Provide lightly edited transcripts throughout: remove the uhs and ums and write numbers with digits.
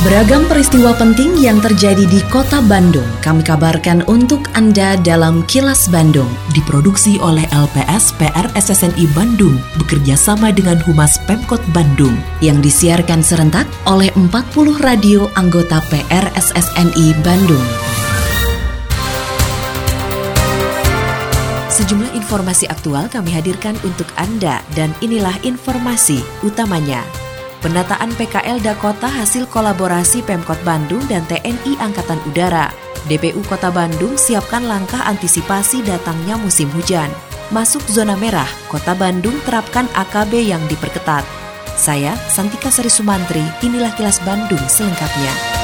Beragam peristiwa penting yang terjadi di Kota Bandung kami kabarkan untuk Anda dalam Kilas Bandung. Diproduksi oleh LPS PR SSNI Bandung bekerja sama dengan Humas Pemkot Bandung yang disiarkan serentak oleh 40 radio anggota PR SSNI Bandung. Sejumlah informasi aktual kami hadirkan untuk Anda dan inilah informasi utamanya. Penataan PKL Dakota hasil kolaborasi Pemkot Bandung dan TNI Angkatan Udara. DPU Kota Bandung siapkan langkah antisipasi datangnya musim hujan. Masuk zona merah, Kota Bandung terapkan AKB yang diperketat. Saya, Santika Sari Sumantri, inilah Kilas Bandung selengkapnya.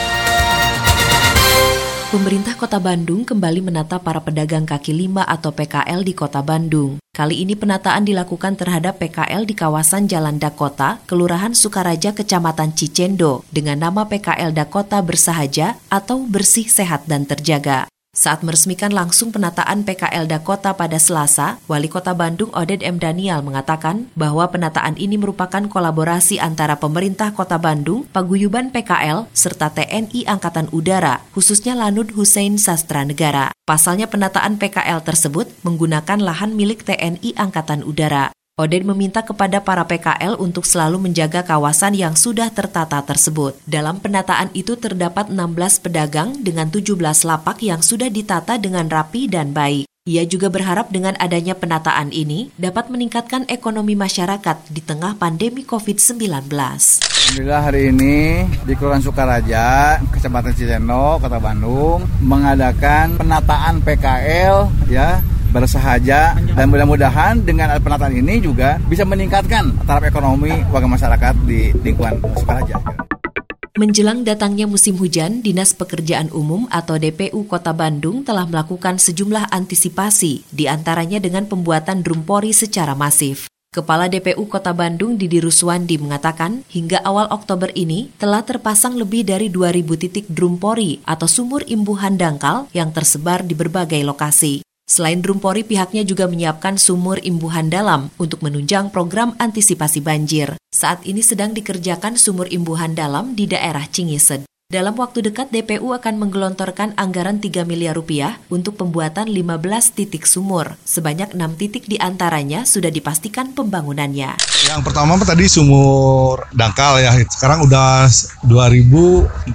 Pemerintah Kota Bandung kembali menata para pedagang kaki lima atau PKL di Kota Bandung. Kali ini penataan dilakukan terhadap PKL di kawasan Jalan Dakota, Kelurahan Sukaraja, Kecamatan Cicendo, dengan nama PKL Dakota Bersahaja atau Bersih, Sehat, dan Terjaga. Saat meresmikan langsung penataan PKL Dakota pada Selasa, Wali Kota Bandung Oded M. Daniel mengatakan bahwa penataan ini merupakan kolaborasi antara pemerintah Kota Bandung, Paguyuban PKL, serta TNI Angkatan Udara, khususnya Lanut Hussein Sastra Negara. Pasalnya penataan PKL tersebut menggunakan lahan milik TNI Angkatan Udara. Oded meminta kepada para PKL untuk selalu menjaga kawasan yang sudah tertata tersebut. Dalam penataan itu terdapat 16 pedagang dengan 17 lapak yang sudah ditata dengan rapi dan baik. Ia juga berharap dengan adanya penataan ini dapat meningkatkan ekonomi masyarakat di tengah pandemi COVID-19. Alhamdulillah hari ini di Kelurahan Sukaraja, Kecamatan Cicendo, Kota Bandung mengadakan penataan PKL bersahaja, dan mudah-mudahan dengan penataan ini juga bisa meningkatkan taraf ekonomi warga masyarakat di lingkungan Sukaraja. Menjelang datangnya musim hujan, Dinas Pekerjaan Umum atau DPU Kota Bandung telah melakukan sejumlah antisipasi, di antaranya dengan pembuatan drum pori secara masif. Kepala DPU Kota Bandung Didi Ruswandi mengatakan, hingga awal Oktober ini telah terpasang lebih dari 2.000 titik drum pori atau sumur imbuhan dangkal yang tersebar di berbagai lokasi. Selain drum pori, pihaknya juga menyiapkan sumur imbuhan dalam untuk menunjang program antisipasi banjir. Saat ini sedang dikerjakan sumur imbuhan dalam di daerah Cingised. Dalam waktu dekat, DPU akan menggelontorkan anggaran 3 miliar rupiah untuk pembuatan 15 titik sumur. Sebanyak 6 titik di antaranya sudah dipastikan pembangunannya. Yang pertama tadi sumur dangkal ya, sekarang udah 2.472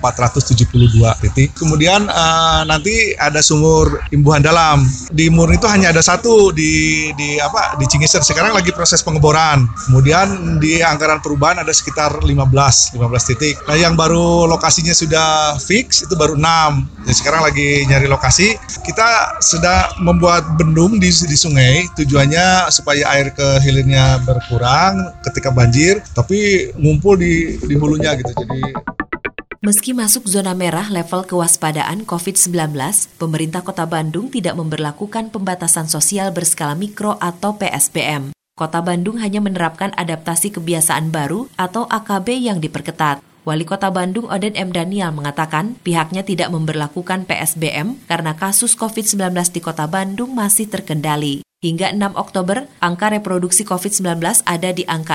titik. Kemudian nanti ada sumur imbuhan dalam. Di Murni itu hanya ada satu di Cingised. Sekarang lagi proses pengeboran. Kemudian di anggaran perubahan ada sekitar 15 titik. Nah, yang baru lokasinya sudah fix itu baru 6. Jadi sekarang lagi nyari lokasi. Kita sudah membuat bendung di sungai, tujuannya supaya air ke hilirnya berkurang ketika banjir, tapi ngumpul di hulunya gitu. Jadi meski masuk zona merah level kewaspadaan COVID-19, pemerintah Kota Bandung tidak memberlakukan pembatasan sosial berskala mikro atau PSBM. Kota Bandung hanya menerapkan adaptasi kebiasaan baru atau AKB yang diperketat. Wali Kota Bandung Oded M. Daniel mengatakan pihaknya tidak memberlakukan PSBM karena kasus COVID-19 di Kota Bandung masih terkendali. Hingga 6 Oktober, angka reproduksi COVID-19 ada di angka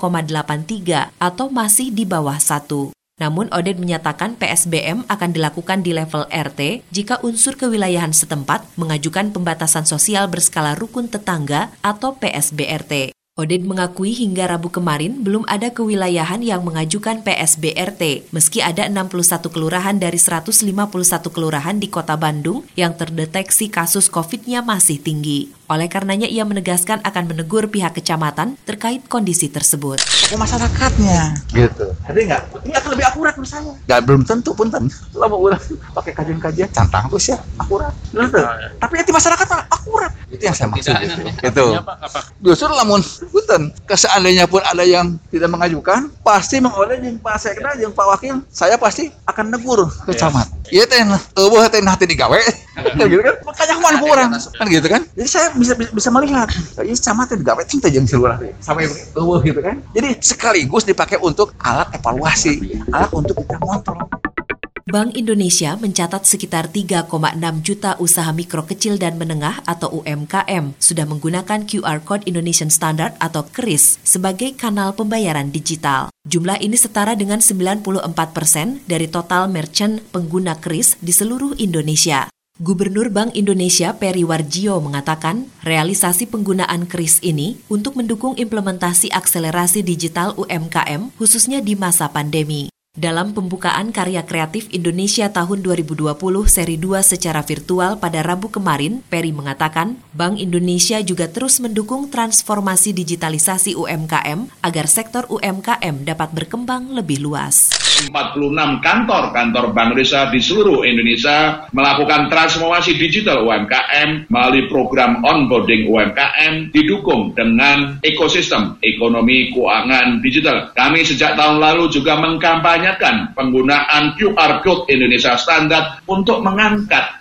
0,83 atau masih di bawah 1. Namun Oded menyatakan PSBM akan dilakukan di level RT jika unsur kewilayahan setempat mengajukan pembatasan sosial berskala rukun tetangga atau PSBRT. Oded mengakui hingga Rabu kemarin belum ada kewilayahan yang mengajukan PSBRT, meski ada 61 kelurahan dari 151 kelurahan di Kota Bandung yang terdeteksi kasus COVID-nya masih tinggi. Oleh karenanya ia menegaskan akan menegur pihak kecamatan terkait kondisi tersebut. Ke masyarakatnya, gitu. Jadi ini akan lebih akurat menurut saya. Belum tentu punten. Kalau mau ulah pakai kajian-kajian, cantang terus ya akurat. Tapi nanti masyarakat akurat. Itu yang saya maksud. Gitu. Justru lamun punten, seandainya pun ada yang tidak mengajukan, pasti mengoleh jeung Pak Sekda jeung Pak Wakil, saya pasti akan negur ke camat. Ieu teh eueuh teh hati digawe. Kan gitu kan? Makanya kumaha kurang. Kan gitu kan? Jadi saya bisa melihat, ini camat teh digawe teh jeung seluruh sampai eueuh gitu kan. Jadi sekaligus dipakai untuk alat evaluasi, alat untuk kita kontrol. Bank Indonesia mencatat sekitar 3,6 juta usaha mikro kecil dan menengah atau UMKM sudah menggunakan QR Code Indonesian Standard atau QRIS sebagai kanal pembayaran digital. Jumlah ini setara dengan 94% dari total merchant pengguna QRIS di seluruh Indonesia. Gubernur Bank Indonesia Peri Warjio mengatakan realisasi penggunaan QRIS ini untuk mendukung implementasi akselerasi digital UMKM khususnya di masa pandemi. Dalam pembukaan Karya Kreatif Indonesia tahun 2020 seri 2 secara virtual pada Rabu kemarin, Peri mengatakan Bank Indonesia juga terus mendukung transformasi digitalisasi UMKM agar sektor UMKM dapat berkembang lebih luas. 46 kantor Bank Indonesia di seluruh Indonesia melakukan transformasi digital UMKM melalui program onboarding UMKM didukung dengan ekosistem ekonomi keuangan digital. Kami sejak tahun lalu juga mengkampanyekan penggunaan QR Code Indonesia Standard untuk mengangkat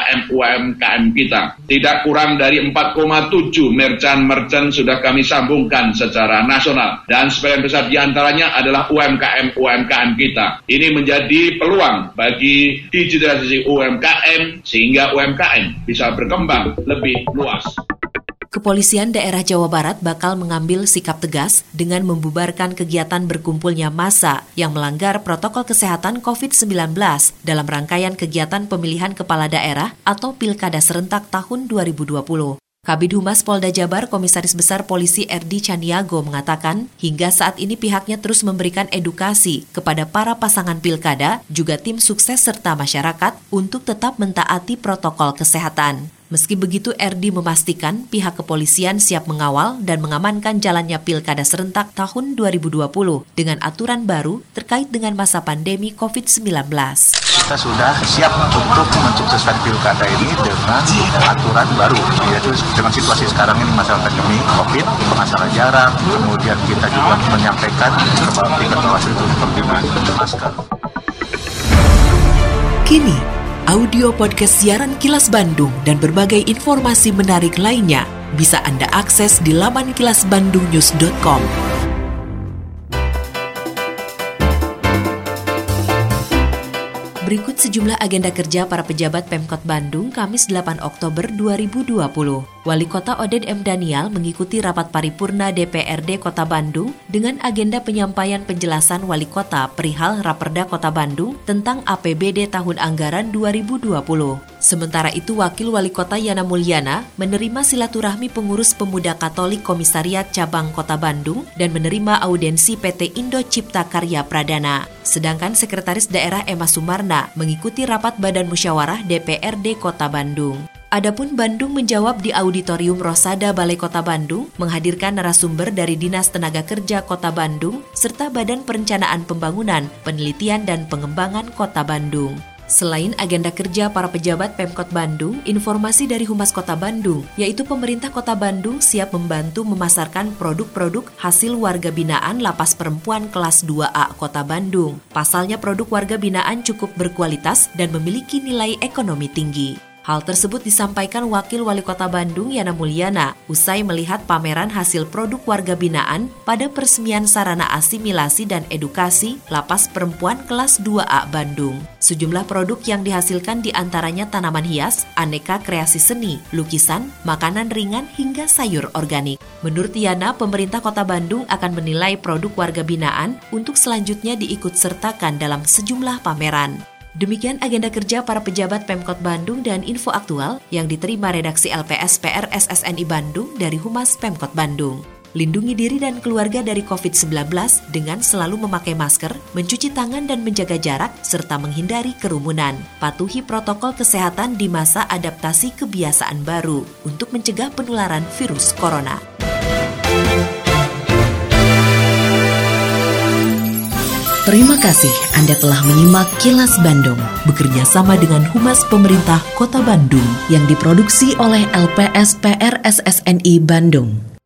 UMKM kita. Tidak kurang dari 4,7 merchant sudah kami sambungkan secara nasional dan sebagian besar diantaranya adalah UMKM kita. Ini menjadi peluang bagi digitalisasi UMKM sehingga UMKM bisa berkembang lebih luas. Kepolisian daerah Jawa Barat bakal mengambil sikap tegas dengan membubarkan kegiatan berkumpulnya massa yang melanggar protokol kesehatan COVID-19 dalam rangkaian kegiatan pemilihan kepala daerah atau Pilkada serentak tahun 2020. Kabid Humas Polda Jabar Komisaris Besar Polisi Erdi Caniago mengatakan hingga saat ini pihaknya terus memberikan edukasi kepada para pasangan pilkada, juga tim sukses serta masyarakat untuk tetap mentaati protokol kesehatan. Meski begitu, Erdi memastikan pihak kepolisian siap mengawal dan mengamankan jalannya Pilkada serentak tahun 2020 dengan aturan baru terkait dengan masa pandemi COVID-19. Kita sudah siap untuk mensukseskan pilkada ini dengan aturan baru, yaitu dengan situasi sekarang ini masalah pandemi COVID, masalah jarak, kemudian kita juga menyampaikan tingkat Bawaslu itu seperti masker. Kini, audio podcast siaran Kilas Bandung dan berbagai informasi menarik lainnya bisa Anda akses di laman kilasbandungnews.com. Berikut sejumlah agenda kerja para pejabat Pemkot Bandung Kamis 8 Oktober 2020. Wali Kota Oden M. Daniel mengikuti rapat paripurna DPRD Kota Bandung dengan agenda penyampaian penjelasan Wali Kota perihal Raperda Kota Bandung tentang APBD tahun anggaran 2020. Sementara itu, Wakil Wali Kota Yana Mulyana menerima silaturahmi pengurus pemuda Katolik Komisariat Cabang Kota Bandung dan menerima audiensi PT Indo Cipta Karya Pradana. Sedangkan Sekretaris Daerah Emma Sumarna mengikuti rapat Badan Musyawarah DPRD Kota Bandung. Adapun Bandung menjawab di Auditorium Rosada Balai Kota Bandung menghadirkan narasumber dari Dinas Tenaga Kerja Kota Bandung serta Badan Perencanaan Pembangunan, Penelitian dan Pengembangan Kota Bandung. Selain agenda kerja para pejabat Pemkot Bandung, informasi dari Humas Kota Bandung, yaitu pemerintah Kota Bandung siap membantu memasarkan produk-produk hasil warga binaan Lapas Perempuan kelas 2A Kota Bandung. Pasalnya produk warga binaan cukup berkualitas dan memiliki nilai ekonomi tinggi. Hal tersebut disampaikan Wakil Wali Kota Bandung Yana Mulyana usai melihat pameran hasil produk warga binaan pada peresmian sarana asimilasi dan edukasi Lapas Perempuan kelas 2A Bandung. Sejumlah produk yang dihasilkan diantaranya tanaman hias, aneka kreasi seni, lukisan, makanan ringan hingga sayur organik. Menurut Yana, pemerintah Kota Bandung akan menilai produk warga binaan untuk selanjutnya diikutsertakan dalam sejumlah pameran. Demikian agenda kerja para pejabat Pemkot Bandung dan info aktual yang diterima redaksi LPS PR SSNI Bandung dari Humas Pemkot Bandung. Lindungi diri dan keluarga dari COVID-19 dengan selalu memakai masker, mencuci tangan dan menjaga jarak, serta menghindari kerumunan. Patuhi protokol kesehatan di masa adaptasi kebiasaan baru untuk mencegah penularan virus corona. Terima kasih Anda telah menyimak Kilas Bandung bekerja sama dengan Humas Pemerintah Kota Bandung yang diproduksi oleh LPS PR SSNI Bandung.